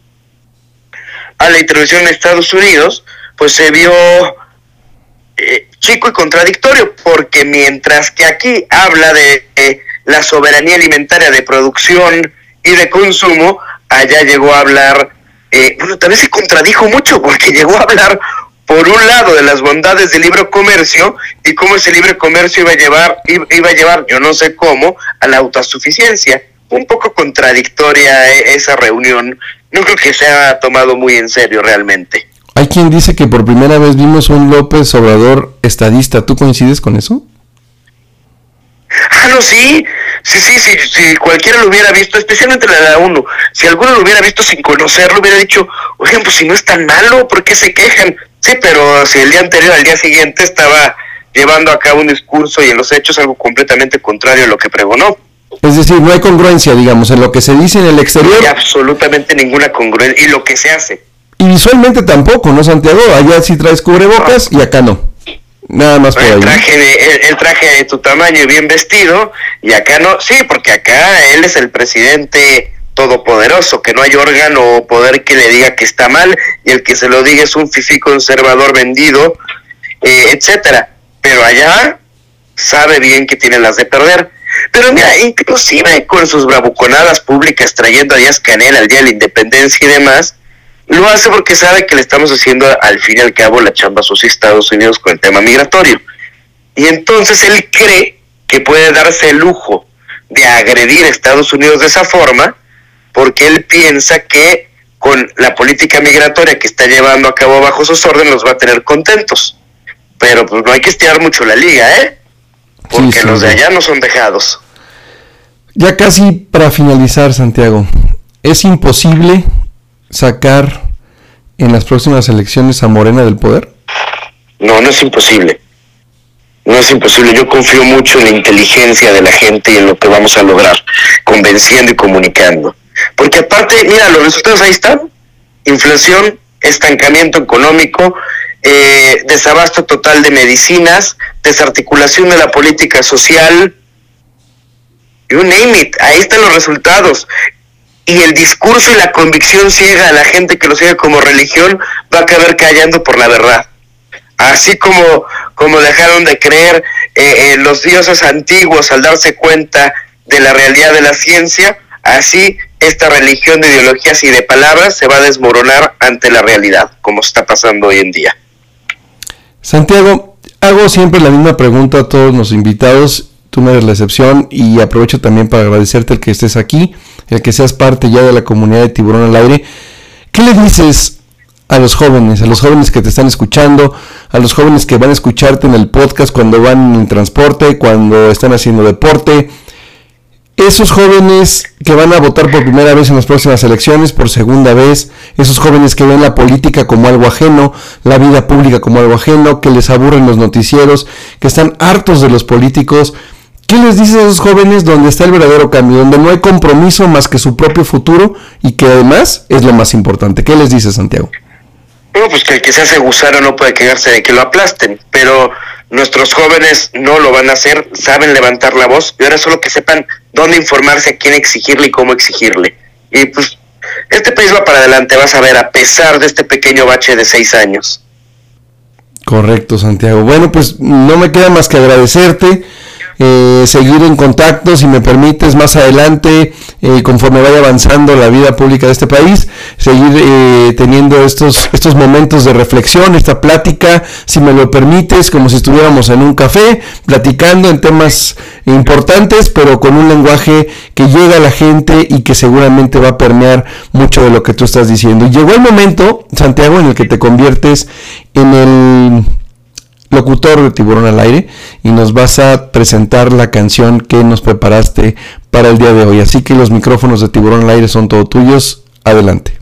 a la intervención en Estados Unidos, pues se vio... Eh, chico y contradictorio, porque mientras que aquí habla de eh, la soberanía alimentaria de producción y de consumo, allá llegó a hablar, eh, bueno, también se contradijo mucho, porque llegó a hablar por un lado de las bondades del libre comercio y cómo ese libre comercio iba a llevar, iba a llevar, yo no sé cómo, a la autosuficiencia. Un poco contradictoria eh, esa reunión, no creo que sea tomado muy en serio realmente. Hay quien dice que por primera vez vimos un López Obrador estadista. ¿Tú coincides con eso? Ah, no, sí, sí, sí, sí, si cualquiera lo hubiera visto, especialmente la de la ONU, si alguno lo hubiera visto sin conocerlo, hubiera dicho, oigan, pues si no es tan malo, ¿por qué se quejan? Sí, pero si el día anterior, al día siguiente, estaba llevando a cabo un discurso y en los hechos algo completamente contrario a lo que pregonó. Es decir, no hay congruencia, digamos, en lo que se dice en el exterior. No hay absolutamente ninguna congruencia, y lo que se hace. Y visualmente tampoco, ¿no, Santiago? Allá sí traes cubrebocas y acá no. Nada más por ahí. El traje, de, el, el traje de tu tamaño y bien vestido, y acá no. Sí, porque acá él es el presidente todopoderoso, que no hay órgano o poder que le diga que está mal, y el que se lo diga es un fifí conservador vendido, eh, etcétera. Pero allá sabe bien que tiene las de perder. Pero mira, inclusive con sus bravuconadas públicas trayendo a Díaz Canel al Día de la Independencia y demás, lo hace porque sabe que le estamos haciendo al fin y al cabo la chamba sucia a Estados Unidos con el tema migratorio. Y entonces él cree que puede darse el lujo de agredir a Estados Unidos de esa forma, porque él piensa que con la política migratoria que está llevando a cabo bajo sus órdenes los va a tener contentos. Pero pues no hay que estirar mucho la liga, ¿eh? Porque sí, sí, los de allá no son dejados. Ya casi para finalizar, Santiago, ¿es imposible sacar en las próximas elecciones a Morena del poder? No, no es imposible. No es imposible. Yo confío mucho en la inteligencia de la gente y en lo que vamos a lograr, convenciendo y comunicando. Porque aparte, mira, los resultados ahí están. Inflación, estancamiento económico, eh, desabasto total de medicinas, desarticulación de la política social, you name it, ahí están los resultados. Y el discurso y la convicción ciega a la gente que lo sigue como religión va a acabar callando por la verdad. Así como, como dejaron de creer eh, en los dioses antiguos al darse cuenta de la realidad de la ciencia, así esta religión de ideologías y de palabras se va a desmoronar ante la realidad, como está pasando hoy en día. Santiago, hago siempre la misma pregunta a todos los invitados, tú no eres la excepción, y aprovecho también para agradecerte el que estés aquí, el que seas parte ya de la comunidad de Tiburón al Aire. ¿Qué le dices a los jóvenes, a los jóvenes que te están escuchando, a los jóvenes que van a escucharte en el podcast cuando van en transporte, cuando están haciendo deporte? Esos jóvenes que van a votar por primera vez en las próximas elecciones, por segunda vez, esos jóvenes que ven la política como algo ajeno, la vida pública como algo ajeno, que les aburren los noticieros, que están hartos de los políticos. ¿Qué les dices a esos jóvenes donde está el verdadero cambio, donde no hay compromiso más que su propio futuro y que además es lo más importante? ¿Qué les dices, Santiago? Bueno, pues que el que se hace gusano no puede quejarse de que lo aplasten, pero nuestros jóvenes no lo van a hacer, saben levantar la voz y ahora solo que sepan dónde informarse, a quién exigirle y cómo exigirle. Y pues este país va para adelante, vas a ver, a pesar de este pequeño bache de seis años. Correcto, Santiago. Bueno, pues no me queda más que agradecerte. Eh, seguir en contacto, si me permites, más adelante, eh, conforme vaya avanzando la vida pública de este país, seguir eh, teniendo estos estos momentos de reflexión, esta plática, si me lo permites, como si estuviéramos en un café, platicando en temas importantes, pero con un lenguaje que llega a la gente y que seguramente va a permear mucho de lo que tú estás diciendo. Y llegó el momento, Santiago, en el que te conviertes en el locutor de Tiburón al Aire y nos vas a presentar la canción que nos preparaste para el día de hoy. Así que los micrófonos de Tiburón al Aire son todos tuyos. Adelante.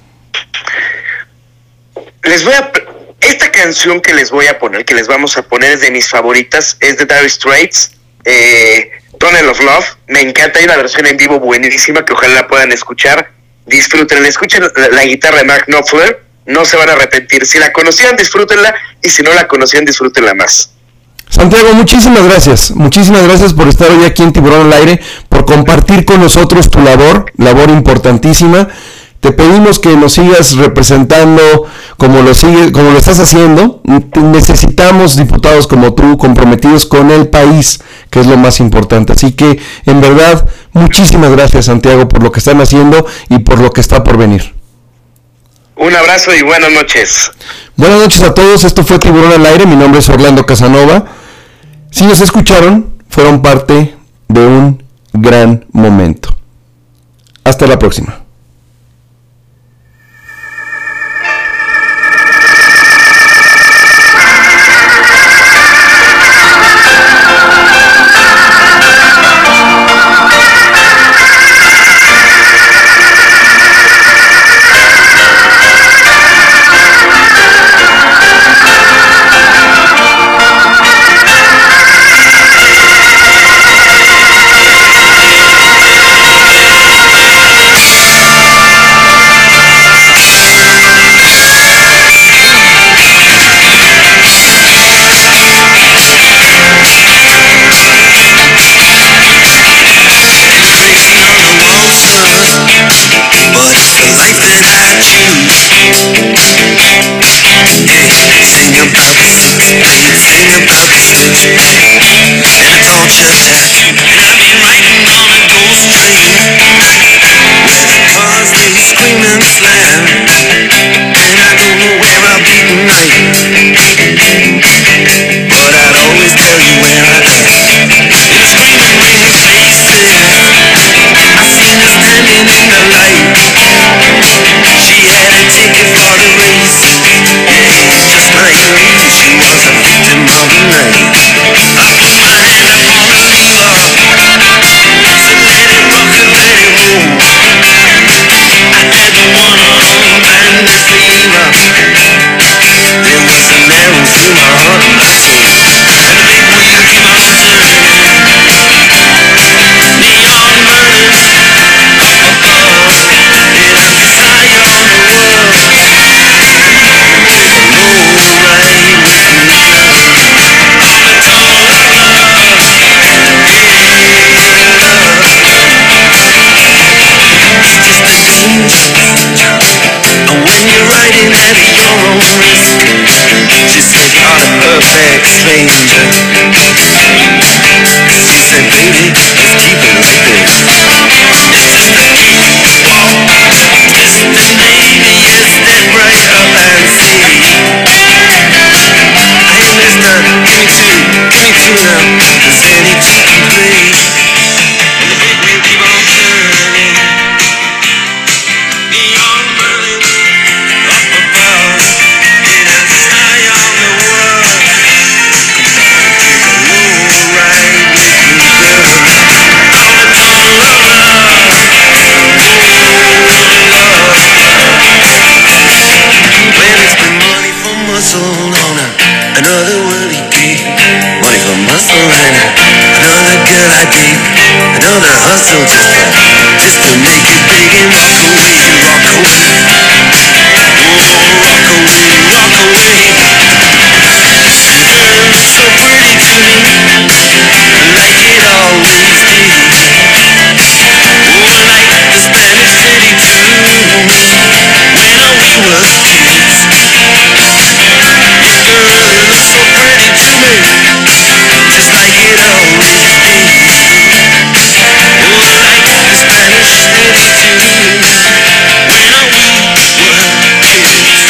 Les voy a... Esta canción que les voy a poner, que les vamos a poner, es de mis favoritas, es de Dire Straits, eh, Tunnel of Love. Me encanta, hay una versión en vivo buenísima que ojalá la puedan escuchar. Disfruten, escuchen la, la guitarra de Mark Knopfler. No se van a arrepentir. Si la conocían, disfrútenla, y si no la conocían, disfrútenla más. Santiago, muchísimas gracias. Muchísimas gracias por estar hoy aquí en Tiburón al Aire, por compartir con nosotros tu labor, labor importantísima. Te pedimos que nos sigas representando como lo sigue, como lo estás haciendo. Necesitamos diputados como tú, comprometidos con el país, que es lo más importante. Así que, en verdad, muchísimas gracias, Santiago, por lo que están haciendo y por lo que está por venir. Un abrazo y buenas noches. Buenas noches a todos, esto fue Tiburón al Aire, mi nombre es Orlando Casanova. Si nos escucharon, fueron parte de un gran momento. Hasta la próxima. She said, baby, let's keep it like this. It's just a game. So just, uh, just to make it big and rock away, rock away. Oh, rock away, rock away. Girls so pretty to me, like it always did. Oh, like the Spanish city too, when we were kids. Girl, it looks so pretty to me, just like it always did. Oh, like the Spanish city too, when we were kids.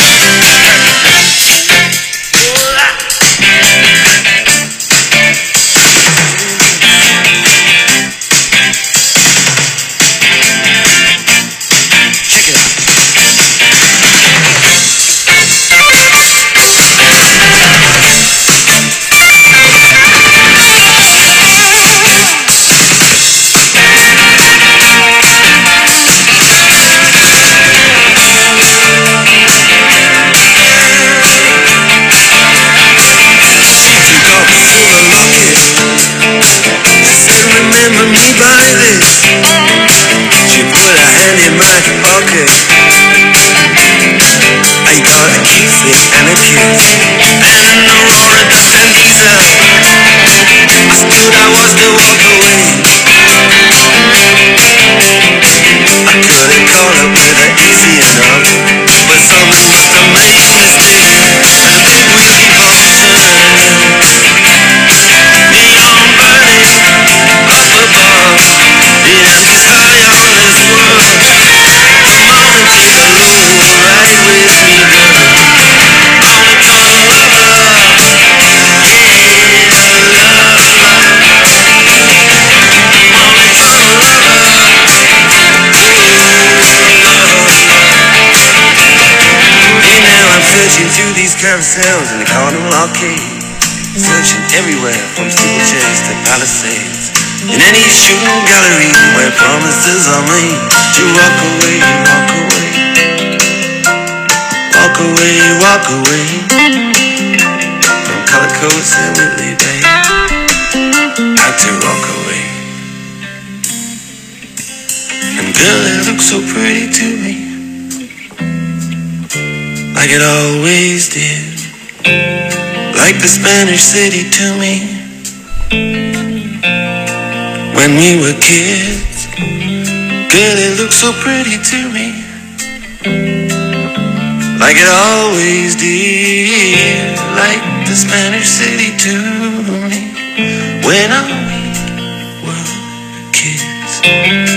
Remember me by this. She put her hand in my pocket. I got a kiss and a kiss and a roaring dust and visa. I stood, I was to walk away. I couldn't call it with her easy enough, but something must have made a mistake, and then we devoted. Neon burning up above, yeah, she's high on this world. Come on and take a load right with me, girl. I'm a total lover, yeah, love. I'm a total lover, oh, love. Hey, now I'm searching through these carousels in the Carnival Arcade. Searching everywhere from steeplechase to palisades, in any shooting gallery where promises are made to walk away, walk away, walk away, walk away from color coats and Whitley Bay. Had to walk away. And girl, it looks so pretty to me, like it always did. Like the Spanish city to me, when we were kids. Girl, it looks so pretty to me, like it always did. Like the Spanish city to me, when we were kids.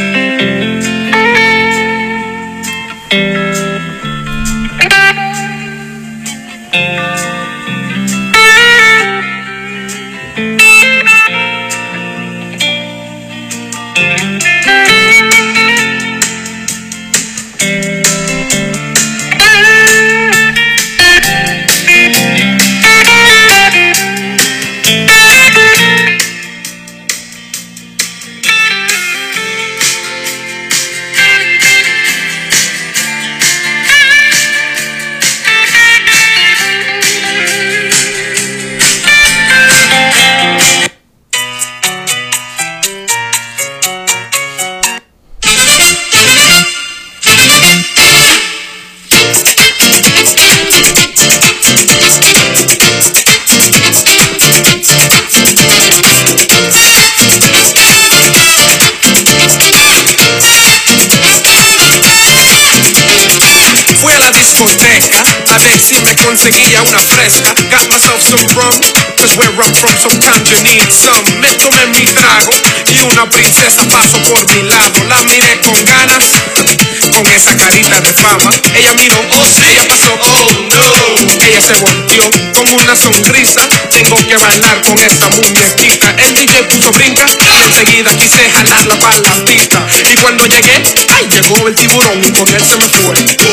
A ver si me conseguía una fresca. Got myself some rum, cause where I'm from sometimes you need some. Me tomé mi trago y una princesa pasó por mi lado. La miré con ganas, con esa carita de fama. Ella miró, oh sí, ella pasó, oh no. Ella se volteó con una sonrisa. Tengo que bailar con esta muñequita. El D J puso brinca y enseguida quise jalarla para la pista. Y cuando llegué, ay, llegó el tiburón y con él se me fue.